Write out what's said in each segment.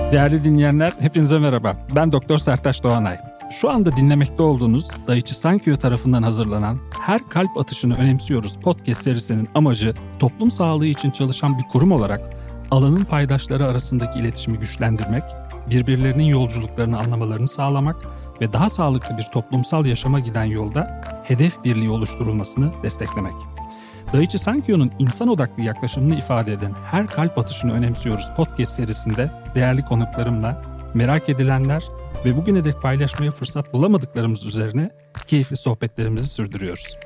Değerli dinleyenler, hepinize merhaba. Ben Doktor Sertaç Doğanay. Şu anda dinlemekte olduğunuz Daiichi Sankyo tarafından hazırlanan Her Kalp Atışını Önemsiyoruz podcast serisinin amacı toplum sağlığı için çalışan bir kurum olarak alanın paydaşları arasındaki iletişimi güçlendirmek, birbirlerinin yolculuklarını anlamalarını sağlamak ve daha sağlıklı bir toplumsal yaşama giden yolda hedef birliği oluşturulmasını desteklemek. Daiichi Sankyo'nun insan odaklı yaklaşımını ifade eden Her Kalp Atışını Önemsiyoruz podcast serisinde değerli konuklarımla merak edilenler ve bugüne dek paylaşmaya fırsat bulamadıklarımız üzerine keyifli sohbetlerimizi sürdürüyoruz.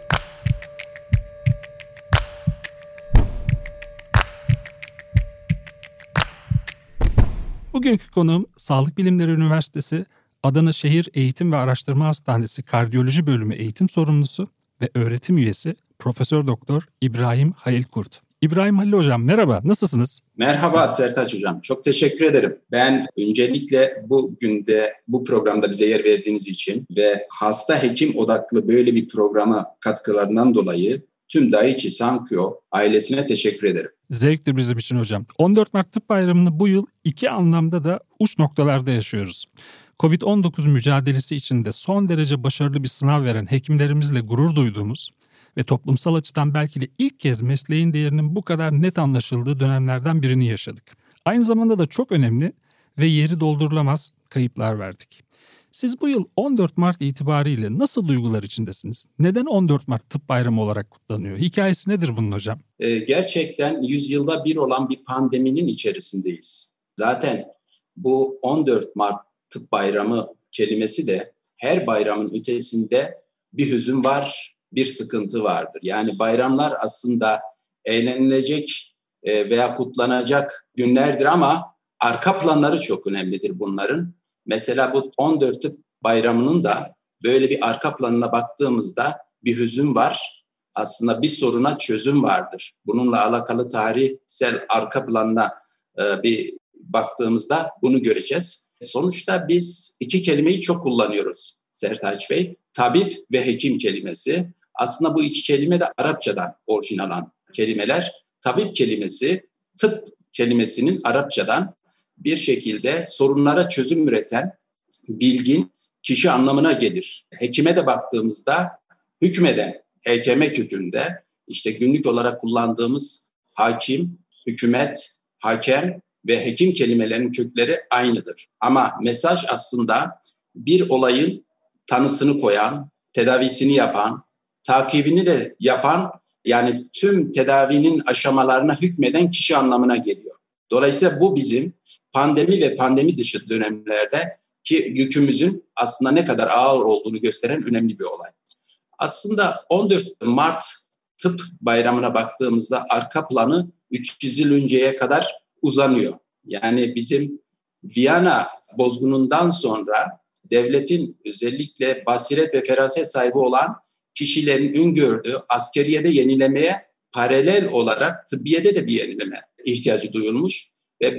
Bugünkü konuğum Sağlık Bilimleri Üniversitesi Adana Şehir Eğitim ve Araştırma Hastanesi Kardiyoloji Bölümü eğitim sorumlusu ve öğretim üyesi Profesör Doktor İbrahim Halil Kurt. İbrahim Halil Hocam merhaba, nasılsınız? Merhaba Sertaç Hocam, çok teşekkür ederim. Ben öncelikle bugün de bu programda bize yer verdiğiniz için ve hasta hekim odaklı böyle bir programa katkılarından dolayı tüm Daiichi Sankyo ailesine teşekkür ederim. Zevktir bizim için hocam. 14 Mart Tıp Bayramı'nı bu yıl iki anlamda da uç noktalarda yaşıyoruz. Covid-19 mücadelesi içinde son derece başarılı bir sınav veren hekimlerimizle gurur duyduğumuz ve toplumsal açıdan belki de ilk kez mesleğin değerinin bu kadar net anlaşıldığı dönemlerden birini yaşadık. Aynı zamanda da çok önemli ve yeri doldurulamaz kayıplar verdik. Siz bu yıl 14 Mart itibariyle nasıl duygular içindesiniz? Neden 14 Mart Tıp Bayramı olarak kutlanıyor? Hikayesi nedir bunun hocam? Gerçekten 100 yılda bir olan bir pandeminin içerisindeyiz. Zaten bu 14 Mart Tıp Bayramı kelimesi de her bayramın ötesinde bir hüzün var, bir sıkıntı vardır. Yani bayramlar aslında eğlenilecek veya kutlanacak günlerdir ama arka planları çok önemlidir bunların. Mesela bu 14 Tıp Bayramı'nın da böyle bir arka planına baktığımızda bir hüzün var. Aslında bir soruna çözüm vardır. Bununla alakalı tarihsel arka planına bir baktığımızda bunu göreceğiz. Sonuçta biz iki kelimeyi çok kullanıyoruz Sertaç Bey. Tabip ve hekim kelimesi. Aslında bu iki kelime de Arapçadan orijinal kelimeler. Tabip kelimesi tıp kelimesinin Arapçadan bir şekilde sorunlara çözüm üreten bilgin kişi anlamına gelir. Hekime de baktığımızda hükmeden, HKM kökünde işte günlük olarak kullandığımız hakim, hükümet, hakem ve hekim kelimelerinin kökleri aynıdır. Ama mesaj aslında bir olayın tanısını koyan, tedavisini yapan, takibini de yapan, yani tüm tedavinin aşamalarına hükmeden kişi anlamına geliyor. Dolayısıyla bu bizim pandemi ve pandemi dışı dönemlerde ki yükümüzün aslında ne kadar ağır olduğunu gösteren önemli bir olay. Aslında 14 Mart Tıp Bayramı'na baktığımızda arka planı 300 yıl önceye kadar uzanıyor. Yani bizim Viyana bozgunundan sonra devletin özellikle basiret ve feraset sahibi olan kişilerin öngördüğü askeriyede yenilemeye paralel olarak tıbbiyede de bir yenileme ihtiyacı duyulmuş. Ve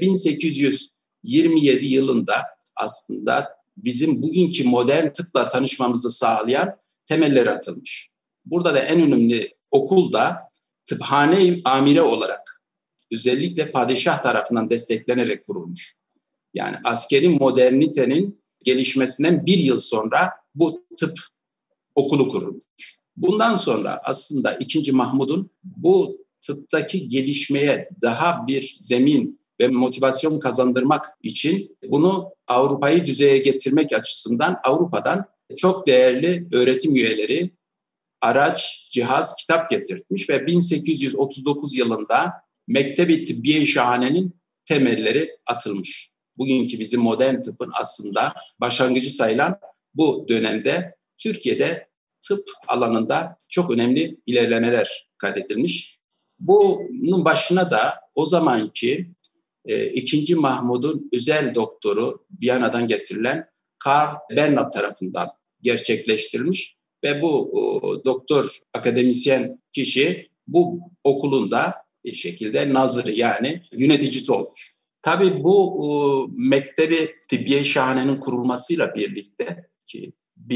1827 yılında aslında bizim bugünkü modern tıpla tanışmamızı sağlayan temelleri atılmış. Burada da en önemli okul da tıphane amire olarak özellikle padişah tarafından desteklenerek kurulmuş. Yani askeri modernitenin gelişmesinden bir yıl sonra bu tıp okulu kurulmuş. Bundan sonra aslında 2. Mahmud'un bu tıptaki gelişmeye daha bir zemin ve motivasyon kazandırmak için bunu Avrupa'yı düzeye getirmek açısından Avrupa'dan çok değerli öğretim üyeleri, araç, cihaz, kitap getirtmiş ve 1839 yılında Mektebi Tıbbiye-i Şahane'nin temelleri atılmış. Bugünkü bizim modern tıbbın aslında başlangıcı sayılan bu dönemde Türkiye'de tıp alanında çok önemli ilerlemeler kaydedilmiş. Bunun başına da o zamanki 2. Mahmud'un özel doktoru Viyana'dan getirilen Karl Bernard tarafından gerçekleştirilmiş ve bu doktor akademisyen kişi bu okulun da bir şekilde nazırı yani yöneticisi olmuş. Tabii bu Mektebi Tıbbiye-i Şahane'nin kurulmasıyla birlikte ki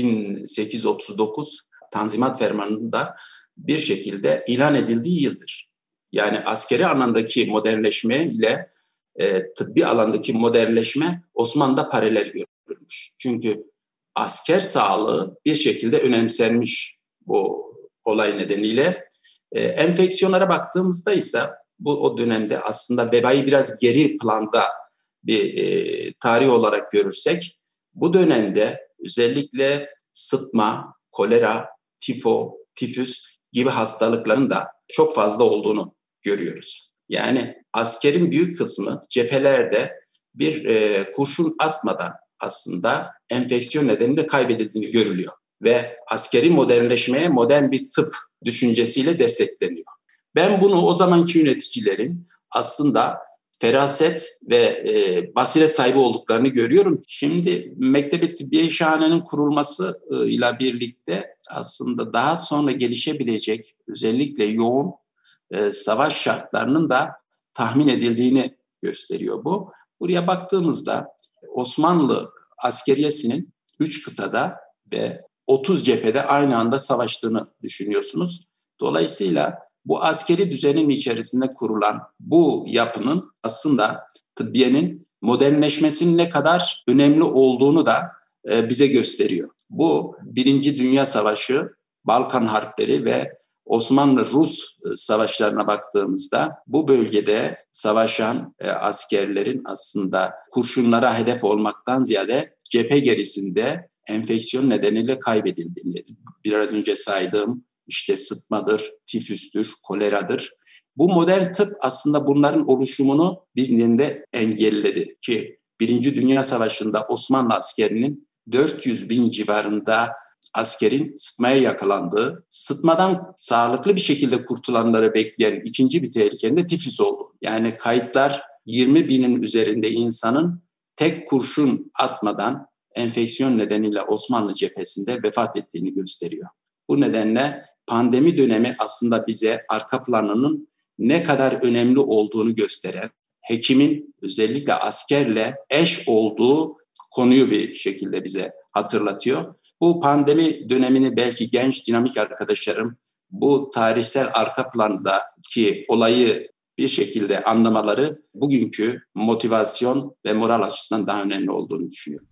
1839 Tanzimat Fermanı'nda bir şekilde ilan edildiği yıldır. Yani askeri anlamdaki modernleşme ile tıbbi alandaki modernleşme Osmanlı'da paralel görülmüş. Çünkü asker sağlığı bir şekilde önemsenmiş bu olay nedeniyle. Enfeksiyonlara baktığımızda ise o dönemde aslında vebayı biraz geri planda bir tarih olarak görürsek, bu dönemde özellikle sıtma, kolera, tifo, tifüs gibi hastalıkların da çok fazla olduğunu görüyoruz. Yani askerin büyük kısmı cephelerde bir kurşun atmadan aslında enfeksiyon nedeniyle kaybedildiğini görülüyor. Ve askeri modernleşmeye modern bir tıp düşüncesiyle destekleniyor. Ben bunu o zamanki yöneticilerin aslında feraset ve basiret sahibi olduklarını görüyorum. Şimdi Mektebi Tıbbiye-i Şahane'nin kurulmasıyla birlikte aslında daha sonra gelişebilecek özellikle yoğun savaş şartlarının da tahmin edildiğini gösteriyor bu. Buraya baktığımızda Osmanlı askeriyesinin 3 kıtada ve 30 cephede aynı anda savaştığını düşünüyorsunuz. Dolayısıyla bu askeri düzenin içerisinde kurulan bu yapının aslında tıbbiyenin modernleşmesinin ne kadar önemli olduğunu da bize gösteriyor. Bu Birinci Dünya Savaşı, Balkan Harpleri ve Osmanlı-Rus savaşlarına baktığımızda bu bölgede savaşan askerlerin aslında kurşunlara hedef olmaktan ziyade cephe gerisinde enfeksiyon nedeniyle kaybedildiğini, biraz önce saydığım işte sıtmadır, tifüstür, koleradır. Bu modern tıp aslında bunların oluşumunu birinde engelledi ki Birinci Dünya Savaşı'nda Osmanlı askerinin 400 bin civarında askerin sıtmaya yakalandığı, sıtmadan sağlıklı bir şekilde kurtulanları bekleyen ikinci bir tehlikenin de tifüs oldu. Yani kayıtlar 20 binin üzerinde insanın tek kurşun atmadan enfeksiyon nedeniyle Osmanlı cephesinde vefat ettiğini gösteriyor. Bu nedenle pandemi dönemi aslında bize arka planının ne kadar önemli olduğunu gösteren, hekimin özellikle askerle eş olduğu konuyu bir şekilde bize hatırlatıyor. Bu pandemi dönemini belki genç, dinamik arkadaşlarım bu tarihsel arka plandaki olayı bir şekilde anlamaları bugünkü motivasyon ve moral açısından daha önemli olduğunu düşünüyorum.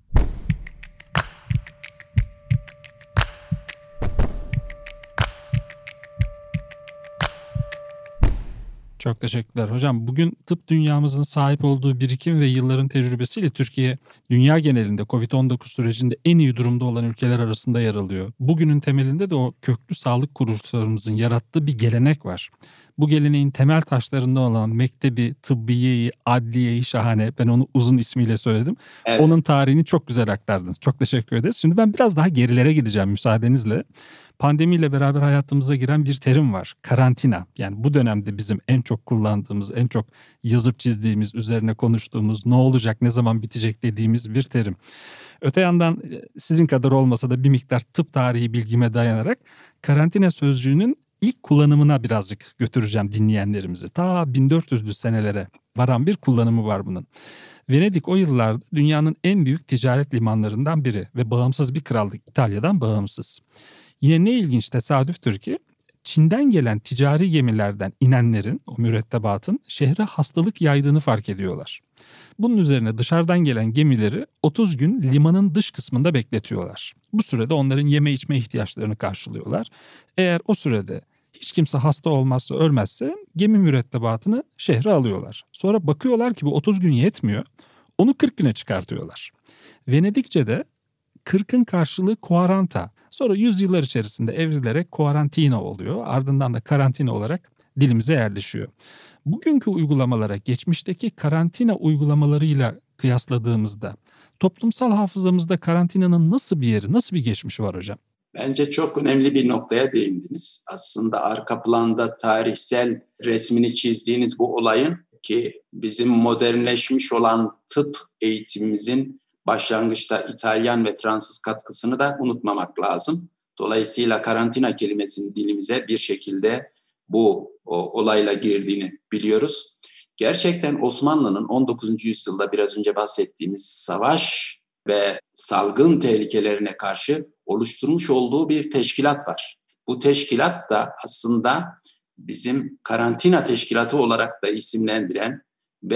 Çok teşekkürler. Hocam bugün tıp dünyamızın sahip olduğu birikim ve yılların tecrübesiyle Türkiye dünya genelinde COVID-19 sürecinde en iyi durumda olan ülkeler arasında yer alıyor. Bugünün temelinde de o köklü sağlık kuruluşlarımızın yarattığı bir gelenek var. Bu geleneğin temel taşlarından olan Mektebi Tıbbiye-i Adliye-i Şahane, ben onu uzun ismiyle söyledim. Evet. Onun tarihini çok güzel aktardınız. Çok teşekkür ederiz. Şimdi ben biraz daha gerilere gideceğim müsaadenizle. Pandemiyle beraber hayatımıza giren bir terim var. Karantina. Yani bu dönemde bizim en çok kullandığımız, en çok yazıp çizdiğimiz, üzerine konuştuğumuz, ne olacak, ne zaman bitecek dediğimiz bir terim. Öte yandan sizin kadar olmasa da bir miktar tıp tarihi bilgime dayanarak karantina sözcüğünün ilk kullanımına birazcık götüreceğim dinleyenlerimizi. Ta 1400'lü senelere varan bir kullanımı var bunun. Venedik o yıllarda dünyanın en büyük ticaret limanlarından biri ve bağımsız bir krallık, İtalya'dan bağımsız. Yine ne ilginç tesadüftür ki Çin'den gelen ticari gemilerden inenlerin, o mürettebatın şehre hastalık yaydığını fark ediyorlar. Bunun üzerine dışarıdan gelen gemileri 30 gün limanın dış kısmında bekletiyorlar. Bu sürede onların yeme içme ihtiyaçlarını karşılıyorlar. Eğer o sürede hiç kimse hasta olmazsa ölmezse gemi mürettebatını şehre alıyorlar. Sonra bakıyorlar ki bu 30 gün yetmiyor. Onu 40 güne çıkartıyorlar. Venedikçe'de 40'ın karşılığı quaranta. Sonra yüzyıllar içerisinde evrilerek quarantino oluyor. Ardından da karantina olarak dilimize yerleşiyor. Bugünkü uygulamalara geçmişteki karantina uygulamalarıyla kıyasladığımızda toplumsal hafızamızda karantinanın nasıl bir yeri, nasıl bir geçmişi var hocam? Bence çok önemli bir noktaya değindiniz. Aslında arka planda tarihsel resmini çizdiğiniz bu olayın ki bizim modernleşmiş olan tıp eğitimimizin başlangıçta İtalyan ve Fransız katkısını da unutmamak lazım. Dolayısıyla karantina kelimesinin dilimize bir şekilde bu olayla girdiğini biliyoruz. Gerçekten Osmanlı'nın 19. yüzyılda biraz önce bahsettiğimiz savaş ve salgın tehlikelerine karşı oluşturmuş olduğu bir teşkilat var. Bu teşkilat da aslında bizim karantina teşkilatı olarak da isimlendiren ve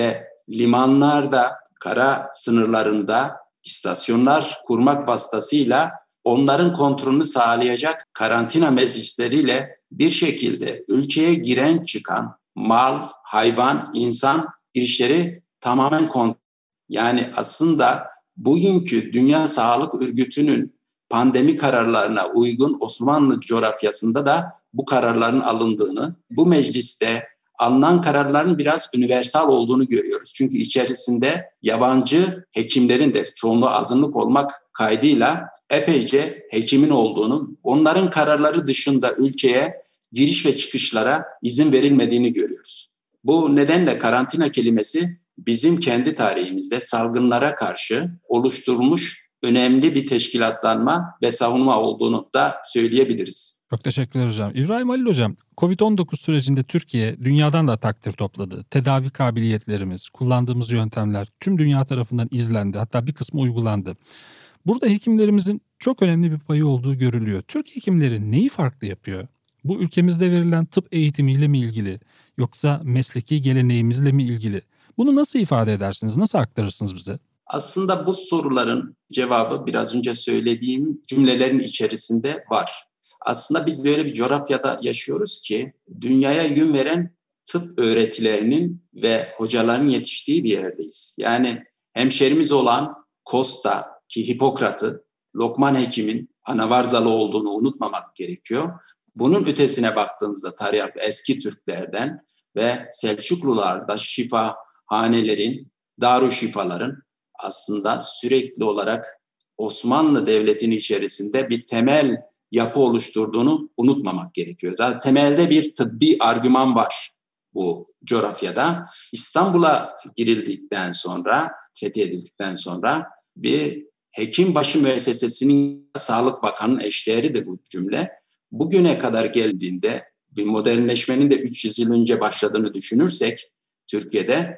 limanlarda, kara sınırlarında istasyonlar kurmak vasıtasıyla onların kontrolünü sağlayacak karantina meclisleriyle bir şekilde ülkeye giren çıkan mal, hayvan, insan girişleri tamamen kontrol. Yani aslında bugünkü Dünya Sağlık Örgütü'nün pandemi kararlarına uygun Osmanlı coğrafyasında da bu kararların alındığını, bu mecliste alınan kararların biraz universal olduğunu görüyoruz. Çünkü içerisinde yabancı hekimlerin de çoğunluğu azınlık olmak kaydıyla epeyce hekimin olduğunu, onların kararları dışında ülkeye giriş ve çıkışlara izin verilmediğini görüyoruz. Bu nedenle karantina kelimesi bizim kendi tarihimizde salgınlara karşı oluşturulmuş önemli bir teşkilatlanma ve savunma olduğunu da söyleyebiliriz. Çok teşekkürler hocam. İbrahim Halil hocam, Covid-19 sürecinde Türkiye dünyadan da takdir topladı. Tedavi kabiliyetlerimiz, kullandığımız yöntemler tüm dünya tarafından izlendi. Hatta bir kısmı uygulandı. Burada hekimlerimizin çok önemli bir payı olduğu görülüyor. Türk hekimleri neyi farklı yapıyor? Bu ülkemizde verilen tıp eğitimiyle mi ilgili? Yoksa mesleki geleneğimizle mi ilgili? Bunu nasıl ifade edersiniz? Nasıl aktarırsınız bize? Aslında bu soruların cevabı biraz önce söylediğim cümlelerin içerisinde var. Aslında biz böyle bir coğrafyada yaşıyoruz ki dünyaya yön veren tıp öğretilerinin ve hocaların yetiştiği bir yerdeyiz. Yani hemşerimiz olan Costa ki Hipokrat'ı, Lokman Hekim'in Anavarzalı olduğunu unutmamak gerekiyor. Bunun ötesine baktığımızda tarih eski Türklerden ve Selçuklularda şifahanelerin, darüşşifaların aslında sürekli olarak Osmanlı Devleti'nin içerisinde bir temel yapı oluşturduğunu unutmamak gerekiyor. Zaten temelde bir tıbbi argüman var bu coğrafyada. İstanbul'a girildikten sonra, fethedildikten sonra bir hekimbaşı müessesesinin Sağlık Bakanı'nın eşdeğeridir bu cümle. Bugüne kadar geldiğinde bir modernleşmenin de 300 yıl önce başladığını düşünürsek Türkiye'de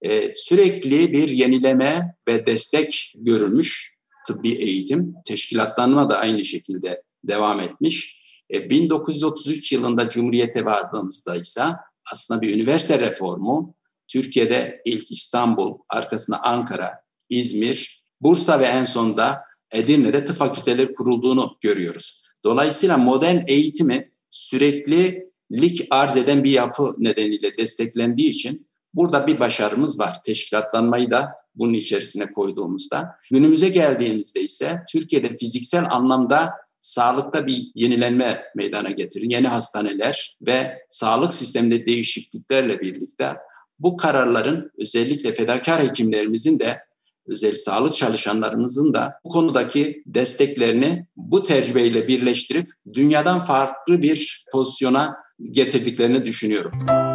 sürekli bir yenileme ve destek görülmüş tıbbi eğitim. Teşkilatlanma da aynı şekilde devam etmiş. 1933 yılında Cumhuriyet'e vardığımızda ise aslında bir üniversite reformu. Türkiye'de ilk İstanbul, arkasında Ankara, İzmir, Bursa ve en sonunda Edirne'de tıp fakülteleri kurulduğunu görüyoruz. Dolayısıyla modern eğitimi süreklilik arz eden bir yapı nedeniyle desteklendiği için burada bir başarımız var. Teşkilatlanmayı da bunun içerisine koyduğumuzda. Günümüze geldiğimizde ise Türkiye'de fiziksel anlamda sağlıkta bir yenilenme meydana getirir. Yeni hastaneler ve sağlık sisteminde değişikliklerle birlikte bu kararların özellikle fedakar hekimlerimizin de özel sağlık çalışanlarımızın da bu konudaki desteklerini bu tecrübeyle birleştirip dünyadan farklı bir pozisyona getirdiklerini düşünüyorum.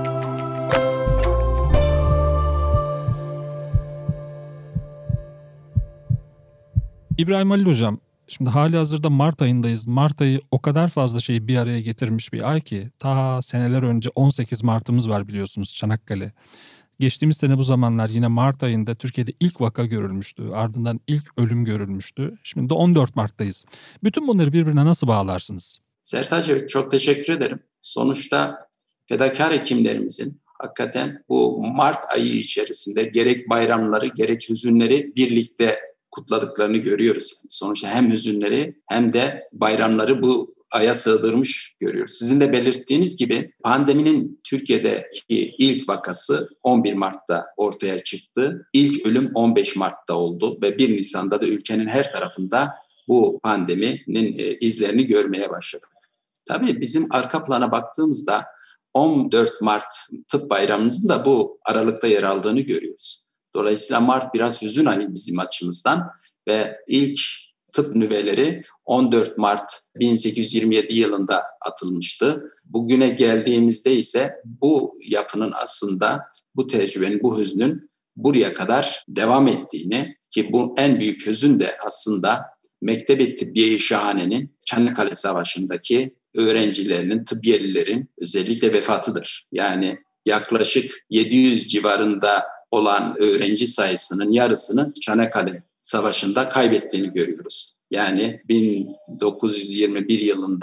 İbrahim Halil hocam, şimdi halihazırda Mart ayındayız. Mart ayı o kadar fazla şeyi bir araya getirmiş bir ay ki ta seneler önce 18 Mart'ımız var biliyorsunuz, Çanakkale. Geçtiğimiz sene bu zamanlar yine Mart ayında Türkiye'de ilk vaka görülmüştü. Ardından ilk ölüm görülmüştü. Şimdi de 14 Mart'tayız. Bütün bunları birbirine nasıl bağlarsınız? Sertaç, çok teşekkür ederim. Sonuçta fedakar hekimlerimizin hakikaten bu Mart ayı içerisinde gerek bayramları gerek hüzünleri birlikte kutladıklarını görüyoruz. Sonuçta hem hüzünleri hem de bayramları bu aya sığdırmış görüyoruz. Sizin de belirttiğiniz gibi pandeminin Türkiye'deki ilk vakası 11 Mart'ta ortaya çıktı. İlk ölüm 15 Mart'ta oldu ve 1 Nisan'da da ülkenin her tarafında bu pandeminin izlerini görmeye başladık. Tabii bizim arka plana baktığımızda 14 Mart Tıp Bayramımızın da bu aralıkta yer aldığını görüyoruz. Dolayısıyla Mart biraz hüzün ayı bizim açımızdan ve ilk tıp nüveleri 14 Mart 1827 yılında atılmıştı. Bugüne geldiğimizde ise bu yapının aslında bu tecrübenin, bu hüznün buraya kadar devam ettiğini, ki bu en büyük hüzün de aslında Mekteb-i Tıbbiye-i Şahane'nin Çanakkale Savaşı'ndaki öğrencilerinin, tıbbiyelilerin özellikle vefatıdır. Yani yaklaşık 700 civarında olan öğrenci sayısının yarısını Çanakkale Savaşı'nda kaybettiğini görüyoruz. Yani 1921 yılında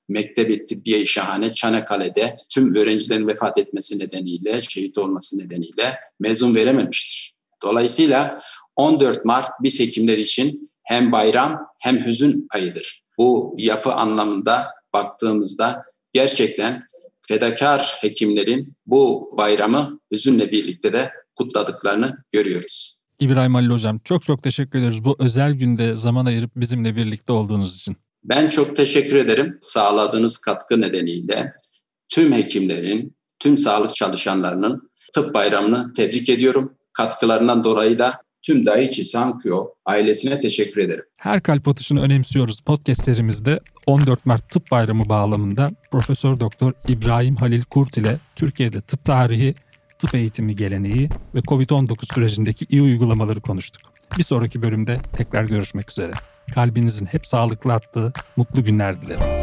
Mektebi Tıbbiye-i Şahane Çanakkale'de tüm öğrencilerin vefat etmesi nedeniyle, şehit olması nedeniyle mezun verememiştir. Dolayısıyla 14 Mart biz hekimler için hem bayram hem hüzün ayıdır. Bu yapı anlamında baktığımızda gerçekten fedakar hekimlerin bu bayramı hüzünle birlikte de kutladıklarını görüyoruz. İbrahim Halil Hocam, çok teşekkür ederiz bu özel günde zaman ayırıp bizimle birlikte olduğunuz için. Ben çok teşekkür ederim. Sağladığınız katkı nedeniyle tüm hekimlerin, tüm sağlık çalışanlarının tıp bayramını tebrik ediyorum. Katkılarından dolayı da tüm Daiichi Sankyo ailesine teşekkür ederim. Her kalp atışını önemsiyoruz podcast serimizde 14 Mart Tıp Bayramı bağlamında Profesör Doktor İbrahim Halil Kurt ile Türkiye'de tıp tarihi, tıp eğitimi geleneği ve COVID-19 sürecindeki iyi uygulamaları konuştuk. Bir sonraki bölümde tekrar görüşmek üzere. Kalbinizin hep sağlıklı attığı mutlu günler dilerim.